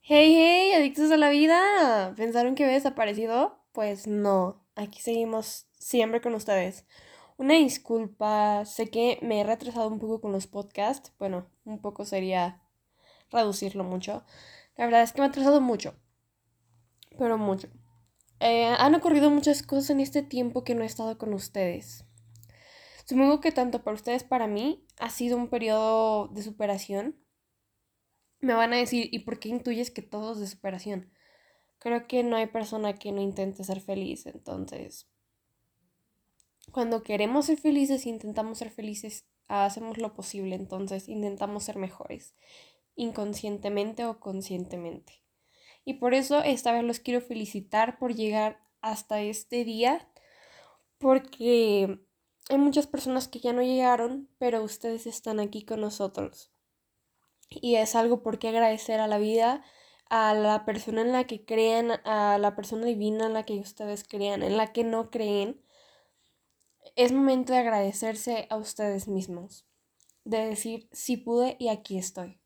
Hey, hey, adictos a la vida. ¿Pensaron que había desaparecido? Pues no, aquí seguimos siempre con ustedes. Una disculpa, sé que me he retrasado un poco con los podcasts. Bueno, un poco sería reducirlo mucho. La verdad es que me he atrasado mucho, pero mucho. Han ocurrido muchas cosas en este tiempo que no he estado con ustedes. Supongo que tanto para ustedes para mí ha sido un periodo de superación. Me van a decir, ¿y por qué intuyes que todo es de superación? Creo que no hay persona que no intente ser feliz, entonces, cuando queremos ser felices, intentamos ser felices, hacemos lo posible, entonces intentamos ser mejores, inconscientemente o conscientemente. Y por eso esta vez los quiero felicitar por llegar hasta este día, porque hay muchas personas que ya no llegaron, pero ustedes están aquí con nosotros. Y es algo por qué agradecer a la vida, a la persona en la que crean, a la persona divina en la que ustedes crean, en la que no creen. Es momento de agradecerse a ustedes mismos, de decir sí pude y aquí estoy.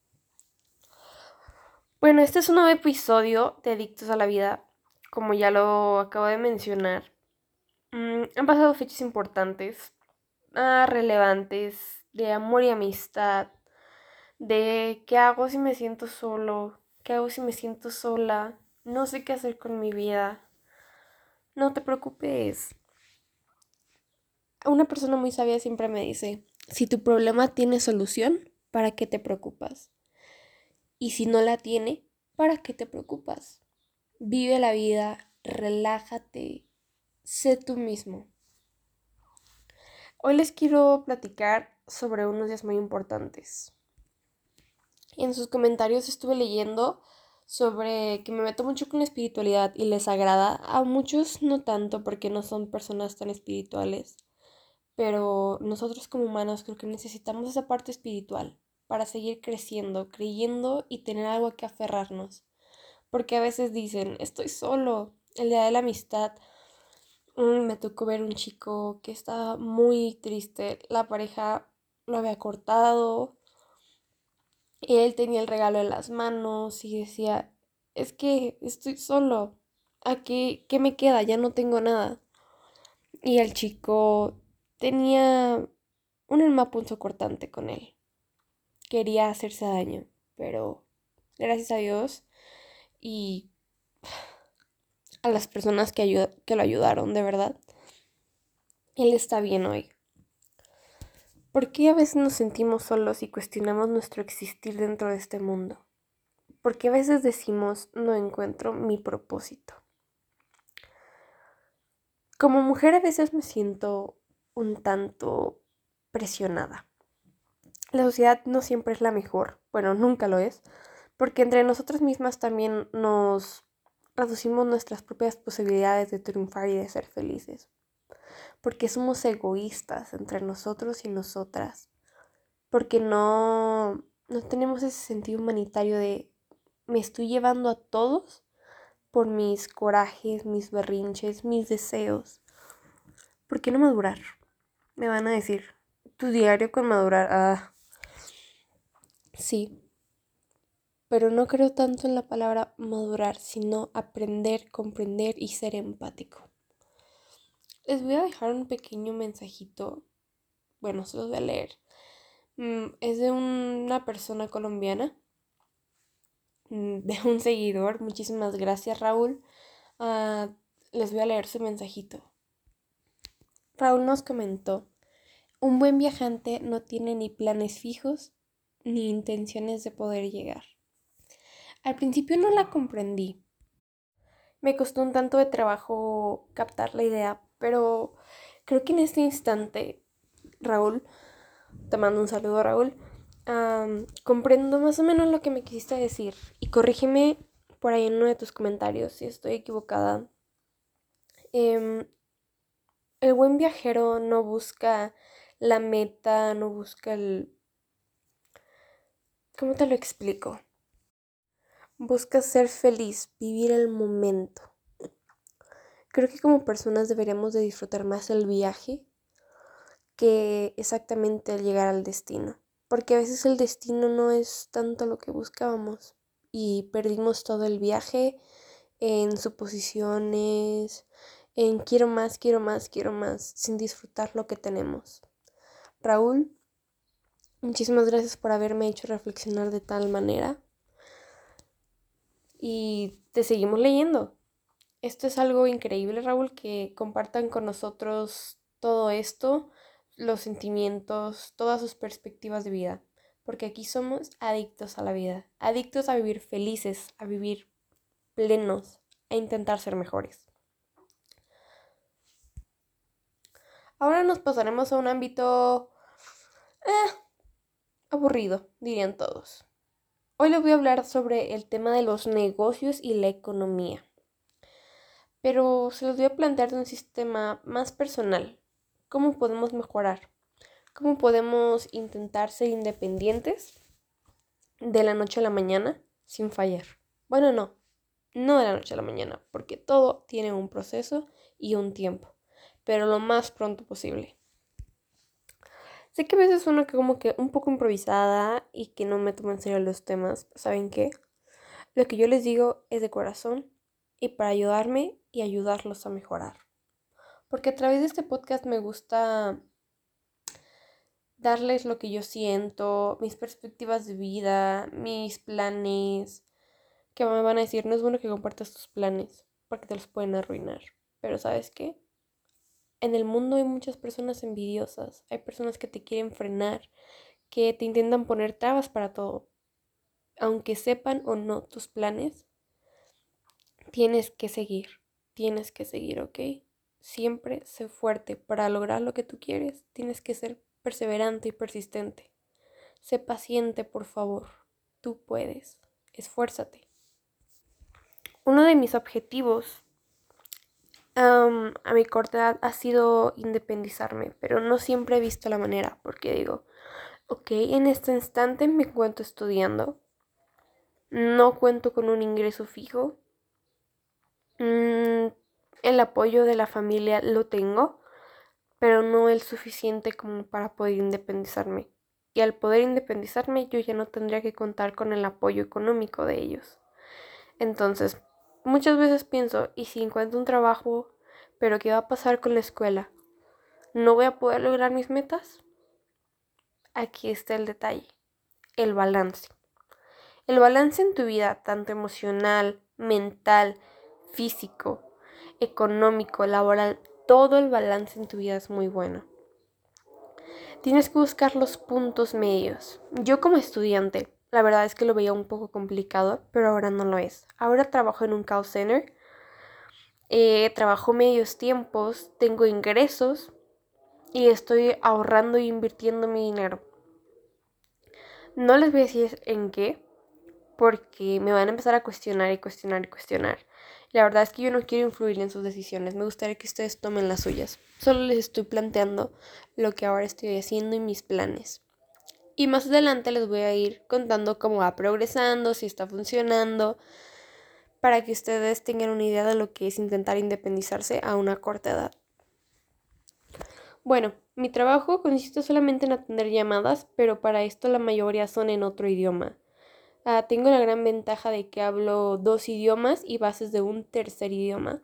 Bueno, este es un nuevo episodio de Adictos a la Vida, como ya lo acabo de mencionar. Han pasado fechas importantes, relevantes, de amor y amistad, de qué hago si me siento solo, qué hago si me siento sola, no sé qué hacer con mi vida. No te preocupes. Una persona muy sabia siempre me dice, si tu problema tiene solución, ¿para qué te preocupas? Y si no la tiene, ¿para qué te preocupas? Vive la vida, relájate, sé tú mismo. Hoy les quiero platicar sobre unos días muy importantes. En sus comentarios estuve leyendo sobre que me meto mucho con la espiritualidad y les agrada. A muchos no tanto porque no son personas tan espirituales, pero nosotros como humanos creo que necesitamos esa parte espiritual para seguir creciendo, creyendo y tener algo a que aferrarnos. Porque a veces dicen, estoy solo. El día de la amistad me tocó ver un chico que estaba muy triste. La pareja lo había cortado. Y él tenía el regalo en las manos y decía, es que estoy solo. ¿Qué me queda? Ya no tengo nada. Y el chico tenía un alma punzocortante con él. Quería hacerse daño, pero gracias a Dios y a las personas que lo ayudaron, de verdad, él está bien hoy. ¿Por qué a veces nos sentimos solos y cuestionamos nuestro existir dentro de este mundo? Porque a veces decimos, no encuentro mi propósito. Como mujer a veces me siento un tanto presionada. La sociedad no siempre es la mejor, bueno, nunca lo es, porque entre nosotras mismas también nos reducimos nuestras propias posibilidades de triunfar y de ser felices, porque somos egoístas entre nosotros y nosotras, porque no tenemos ese sentido humanitario de me estoy llevando a todos por mis corajes, mis berrinches, mis deseos. ¿Por qué no madurar? Me van a decir, tu diario con madurar, sí, pero no creo tanto en la palabra madurar, sino aprender, comprender y ser empático. Les voy a dejar un pequeño mensajito, bueno, se los voy a leer. Es de una persona colombiana, de un seguidor. Muchísimas gracias, Raúl. Ah, les voy a leer su mensajito. Raúl nos comentó, un buen viajante no tiene ni planes fijos ni intenciones de poder llegar. Al principio no la comprendí. Me costó un tanto de trabajo captar la idea, pero creo que en este instante, Raúl, te mando un saludo, Raúl, comprendo más o menos lo que me quisiste decir y corrígeme por ahí en uno de tus comentarios si estoy equivocada. Em, el buen viajero no busca la meta, no busca el... ¿Cómo te lo explico? Busca ser feliz, vivir el momento. Creo que como personas deberíamos de disfrutar más el viaje que exactamente el llegar al destino. Porque a veces el destino no es tanto lo que buscábamos. y perdimos todo el viaje en suposiciones, en quiero más, quiero más, quiero más, sin disfrutar lo que tenemos. Raúl, muchísimas gracias por haberme hecho reflexionar de tal manera y te seguimos leyendo. Esto es algo increíble, Raúl, que compartan con nosotros todo esto, los sentimientos, todas sus perspectivas de vida, porque aquí somos adictos a la vida, adictos a vivir felices, a vivir plenos, a intentar ser mejores. Ahora nos pasaremos a un ámbito aburrido, dirían todos. Hoy les voy a hablar sobre el tema de los negocios y la economía, pero se los voy a plantear de un sistema más personal. ¿Cómo podemos mejorar? ¿Cómo podemos intentar ser independientes de la noche a la mañana sin fallar? Bueno, no de la noche a la mañana, porque todo tiene un proceso y un tiempo, pero lo más pronto posible. Sé que a veces suena como que un poco improvisada y que no me tomo en serio los temas. ¿Saben qué? Lo que yo les digo es de corazón y para ayudarme y ayudarlos a mejorar. Porque a través de este podcast me gusta darles lo que yo siento, mis perspectivas de vida, mis planes, que me van a decir, no es bueno que compartas tus planes porque te los pueden arruinar. Pero ¿sabes qué? En el mundo hay muchas personas envidiosas, hay personas que te quieren frenar, que te intentan poner trabas para todo. Aunque sepan o no tus planes, tienes que seguir, ¿ok? Siempre sé fuerte. Para lograr lo que tú quieres, tienes que ser perseverante y persistente. Sé paciente, por favor. Tú puedes. Esfuérzate. Uno de mis objetivos a mi corta edad ha sido independizarme, pero no siempre he visto la manera, porque digo, ok, en este instante me encuentro estudiando, no cuento con un ingreso fijo, el apoyo de la familia lo tengo, pero no el suficiente como para poder independizarme. Y al poder independizarme yo ya no tendría que contar con el apoyo económico de ellos. Entonces, muchas veces pienso, ¿y si encuentro un trabajo, pero qué va a pasar con la escuela? ¿No voy a poder lograr mis metas? Aquí está el detalle, el balance. El balance en tu vida, tanto emocional, mental, físico, económico, laboral, todo el balance en tu vida es muy bueno. Tienes que buscar los puntos medios. Yo como estudiante, la verdad es que lo veía un poco complicado, pero ahora no lo es. Ahora trabajo en un call center, trabajo medios tiempos, tengo ingresos y estoy ahorrando e invirtiendo mi dinero. No les voy a decir en qué, porque me van a empezar a cuestionar y cuestionar y cuestionar. La verdad es que yo no quiero influir en sus decisiones, me gustaría que ustedes tomen las suyas. Solo les estoy planteando lo que ahora estoy haciendo y mis planes. Y más adelante les voy a ir contando cómo va progresando, si está funcionando, para que ustedes tengan una idea de lo que es intentar independizarse a una corta edad. Bueno, mi trabajo consiste solamente en atender llamadas, pero para esto la mayoría son en otro idioma. Tengo la gran ventaja de que hablo 2 idiomas y bases de un tercer idioma.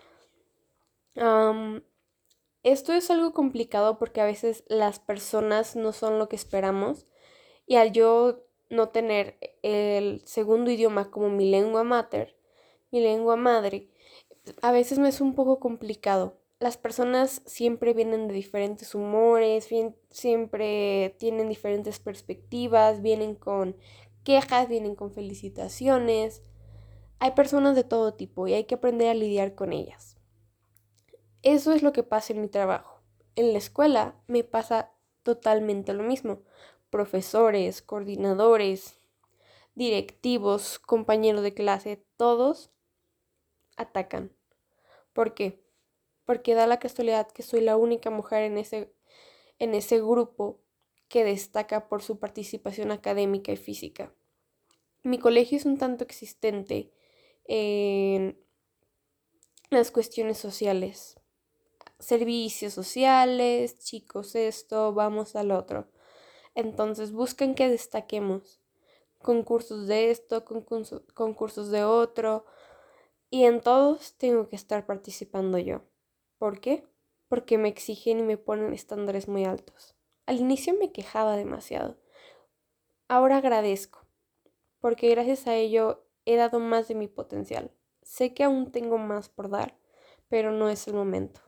Esto es algo complicado porque a veces las personas no son lo que esperamos y al yo no tener el segundo idioma como mi lengua madre, a veces me es un poco complicado. Las personas siempre vienen de diferentes humores, siempre tienen diferentes perspectivas, vienen con quejas, vienen con felicitaciones. Hay personas de todo tipo y hay que aprender a lidiar con ellas. Eso es lo que pasa en mi trabajo. En la escuela me pasa totalmente lo mismo. Profesores, coordinadores, directivos, compañeros de clase, todos atacan. ¿Por qué? Porque da la casualidad que soy la única mujer en ese grupo que destaca por su participación académica y física. Mi colegio es un tanto existente en las cuestiones sociales. Servicios sociales, chicos esto, vamos al otro. Entonces buscan que destaquemos. concursos de esto, concursos de otro, y en todos tengo que estar participando yo. ¿Por qué? Porque me exigen y me ponen estándares muy altos. Al inicio me quejaba demasiado. Ahora agradezco, porque gracias a ello he dado más de mi potencial. Sé que aún tengo más por dar, pero no es el momento.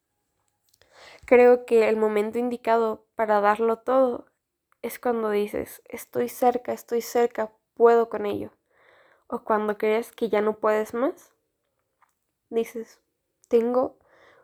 Creo que el momento indicado para darlo todo es cuando dices, estoy cerca, puedo con ello. O cuando crees que ya no puedes más, dices, tengo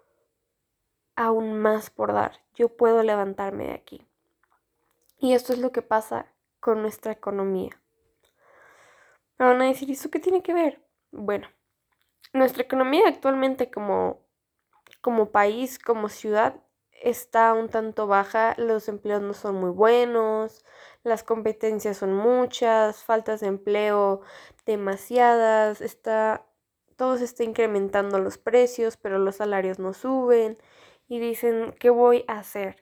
aún más por dar, yo puedo levantarme de aquí. Y esto es lo que pasa con nuestra economía. Me van a decir, ¿y eso qué tiene que ver? Bueno, nuestra economía actualmente como país, como ciudad, está un tanto baja, los empleos no son muy buenos, las competencias son muchas, faltas de empleo demasiadas, todo se está incrementando los precios, pero los salarios no suben y dicen, ¿qué voy a hacer?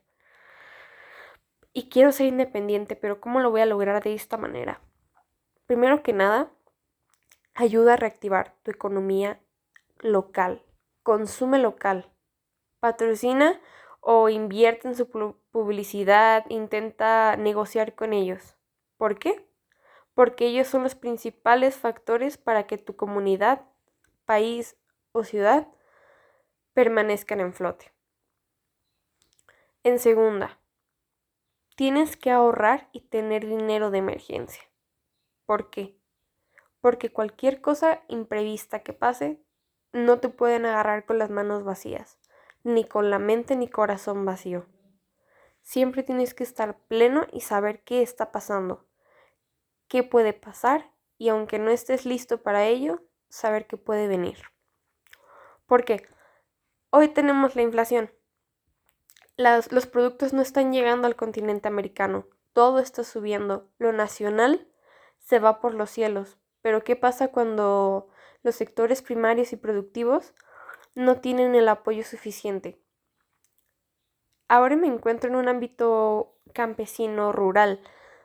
Y quiero ser independiente, pero ¿cómo lo voy a lograr de esta manera? Primero que nada, ayuda a reactivar tu economía local, consume local, patrocina o invierte en su publicidad, intenta negociar con ellos. ¿Por qué? Porque ellos son los principales factores para que tu comunidad, país o ciudad permanezcan en flote. En segunda, tienes que ahorrar y tener dinero de emergencia. ¿Por qué? Porque cualquier cosa imprevista que pase, no te pueden agarrar con las manos vacías, ni con la mente ni corazón vacío. Siempre tienes que estar pleno y saber qué está pasando, qué puede pasar y aunque no estés listo para ello, saber qué puede venir. ¿Por qué? Hoy tenemos la inflación. Los productos no están llegando al continente americano. Todo está subiendo. Lo nacional se va por los cielos. Pero ¿qué pasa cuando los sectores primarios y productivos no tienen el apoyo suficiente? Ahora me encuentro en un ámbito campesino rural,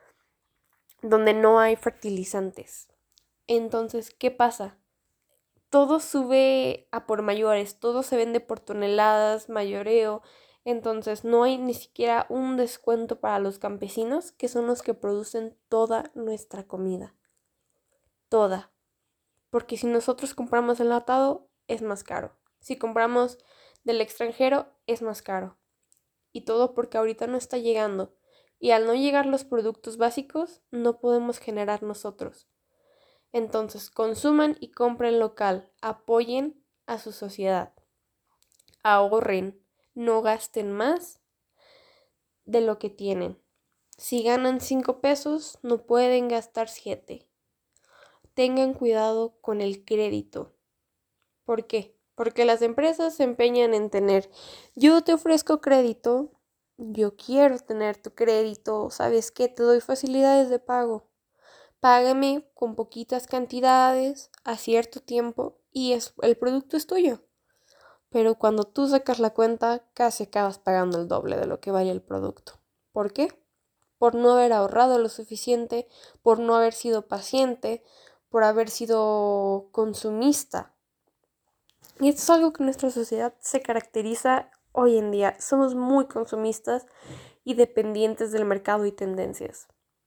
donde no hay fertilizantes. Entonces, ¿qué pasa? Todo sube a por mayores, todo se vende por toneladas, mayoreo. Entonces, no hay ni siquiera un descuento para los campesinos, que son los que producen toda nuestra comida. Toda. Porque si nosotros compramos enlatado, es más caro. Si compramos del extranjero, es más caro. Y todo porque ahorita no está llegando. Y al no llegar los productos básicos, no podemos generar nosotros. Entonces, consuman y compren local, apoyen a su sociedad, ahorren, no gasten más de lo que tienen. Si ganan 5 pesos, no pueden gastar 7. Tengan cuidado con el crédito. ¿Por qué? Porque las empresas se empeñan en tener, yo te ofrezco crédito, yo quiero tener tu crédito, ¿sabes qué? Te doy facilidades de pago. Págame con poquitas cantidades a cierto tiempo y el producto es tuyo. Pero cuando tú sacas la cuenta, casi acabas pagando el doble de lo que vale el producto. ¿Por qué? Por no haber ahorrado lo suficiente, por no haber sido paciente, por haber sido consumista. Y esto es algo que nuestra sociedad se caracteriza hoy en día. Somos muy consumistas y dependientes del mercado y tendencias.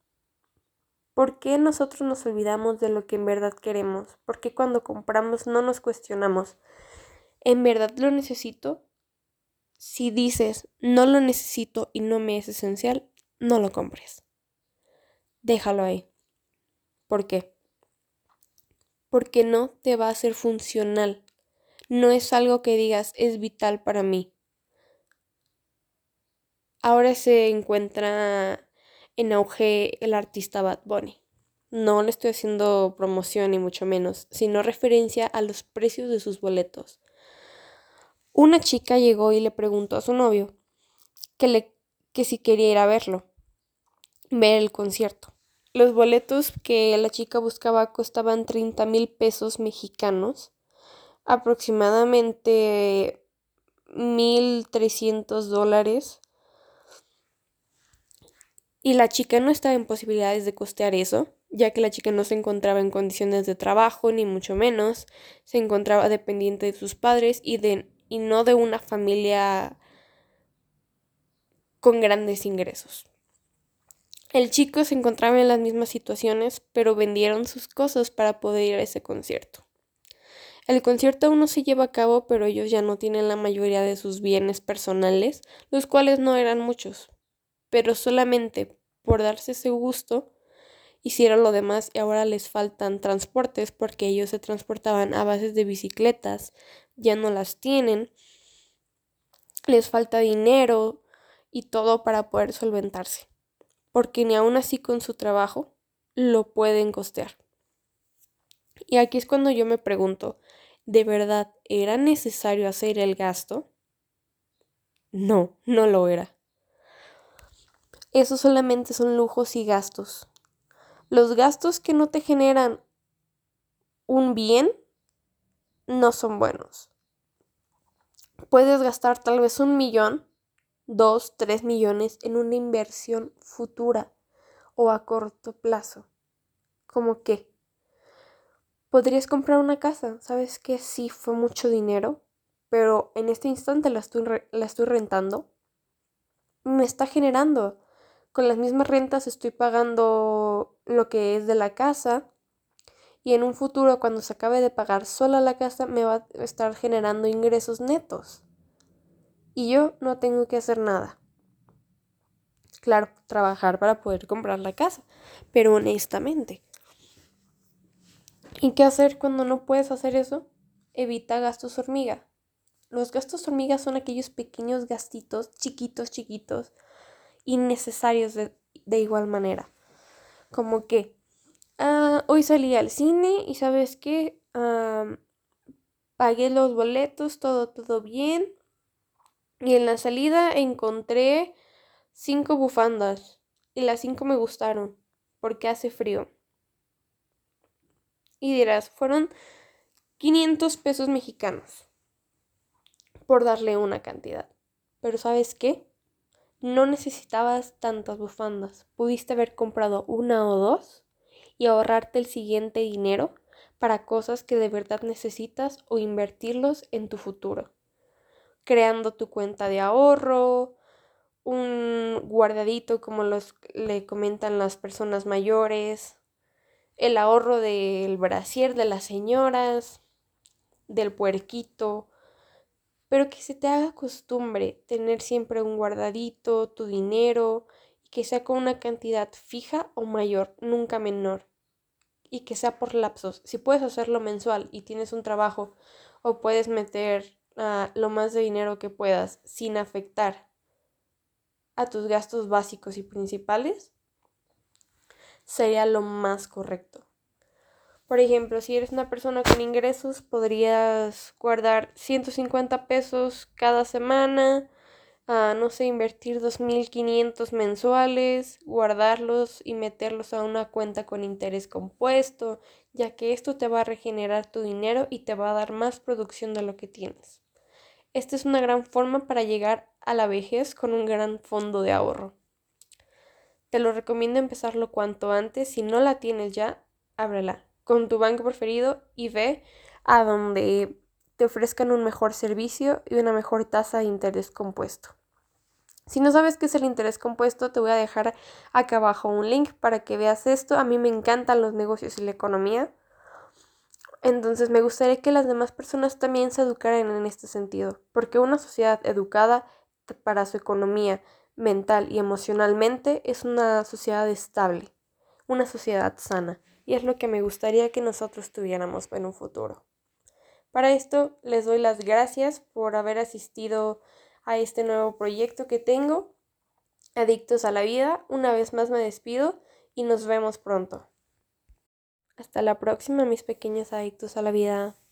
¿Por qué nosotros nos olvidamos de lo que en verdad queremos? ¿Por qué cuando compramos no nos cuestionamos? ¿En verdad lo necesito? Si dices no lo necesito y no me es esencial, no lo compres. Déjalo ahí. ¿Por qué? Porque no te va a ser funcional. No es algo que digas es vital para mí. Ahora se encuentra en auge el artista Bad Bunny. No le estoy haciendo promoción ni mucho menos, sino referencia a los precios de sus boletos. Una chica llegó y le preguntó a su novio que si quería ir a verlo, ver el concierto. Los boletos que la chica buscaba costaban 30,000 pesos mexicanos, aproximadamente $1,300. Y la chica no estaba en posibilidades de costear eso. ya que la chica no se encontraba en condiciones de trabajo, ni mucho menos, se encontraba dependiente de sus padres y no de una familia con grandes ingresos. El chico se encontraba en las mismas situaciones, pero vendieron sus cosas para poder ir a ese concierto. El concierto aún no se lleva a cabo, pero ellos ya no tienen la mayoría de sus bienes personales, los cuales no eran muchos, pero solamente por darse ese gusto hicieron lo demás y ahora les faltan transportes porque ellos se transportaban a bases de bicicletas, ya no las tienen, les falta dinero y todo para poder solventarse, porque ni aún así con su trabajo lo pueden costear. Y aquí es cuando yo me pregunto, ¿de verdad era necesario hacer el gasto? No, no lo era. Eso solamente son lujos y gastos. Los gastos que no te generan un bien no son buenos. Puedes gastar tal vez 1 millón, 2, 3 millones en una inversión futura o a corto plazo. ¿Cómo qué? Podrías comprar una casa. ¿Sabes qué? Sí, fue mucho dinero, pero en este instante la estoy rentando. Me está generando. Con las mismas rentas estoy pagando lo que es de la casa y en un futuro cuando se acabe de pagar sola la casa me va a estar generando ingresos netos. Y yo no tengo que hacer nada. Claro, trabajar para poder comprar la casa, pero honestamente. ¿Y qué hacer cuando no puedes hacer eso? Evita gastos hormiga. Los gastos hormiga son aquellos pequeños gastitos, chiquitos, innecesarios de igual manera. Como que, hoy salí al cine y ¿sabes qué? Pagué los boletos, todo bien. Y en la salida encontré 5 bufandas y las 5 me gustaron porque hace frío. Y dirás, fueron 500 pesos mexicanos por darle una cantidad. Pero ¿sabes qué? No necesitabas tantas bufandas. Pudiste haber comprado una o dos y ahorrarte el siguiente dinero para cosas que de verdad necesitas o invertirlos en tu futuro. Creando tu cuenta de ahorro, un guardadito como le comentan las personas mayores, el ahorro del brasier de las señoras, del puerquito, pero que se te haga costumbre tener siempre un guardadito, tu dinero, y que sea con una cantidad fija o mayor, nunca menor, y que sea por lapsos. Si puedes hacerlo mensual y tienes un trabajo, o puedes meter lo más de dinero que puedas sin afectar a tus gastos básicos y principales, sería lo más correcto. Por ejemplo, si eres una persona con ingresos, podrías guardar 150 pesos cada semana, no sé, invertir 2.500 mensuales, guardarlos y meterlos a una cuenta con interés compuesto, ya que esto te va a regenerar tu dinero y te va a dar más producción de lo que tienes. Esta es una gran forma para llegar a la vejez con un gran fondo de ahorro. Te lo recomiendo empezarlo cuanto antes. Si no la tienes ya, ábrela con tu banco preferido y ve a donde te ofrezcan un mejor servicio y una mejor tasa de interés compuesto. Si no sabes qué es el interés compuesto, te voy a dejar acá abajo un link para que veas esto. A mí me encantan los negocios y la economía. Entonces me gustaría que las demás personas también se educaran en este sentido, porque una sociedad educada para su economía mental y emocionalmente es una sociedad estable, una sociedad sana, y es lo que me gustaría que nosotros tuviéramos en un futuro. Para esto les doy las gracias por haber asistido a este nuevo proyecto que tengo, Adictos a la Vida. Una vez más me despido y nos vemos pronto. Hasta la próxima, mis pequeños adictos a la vida.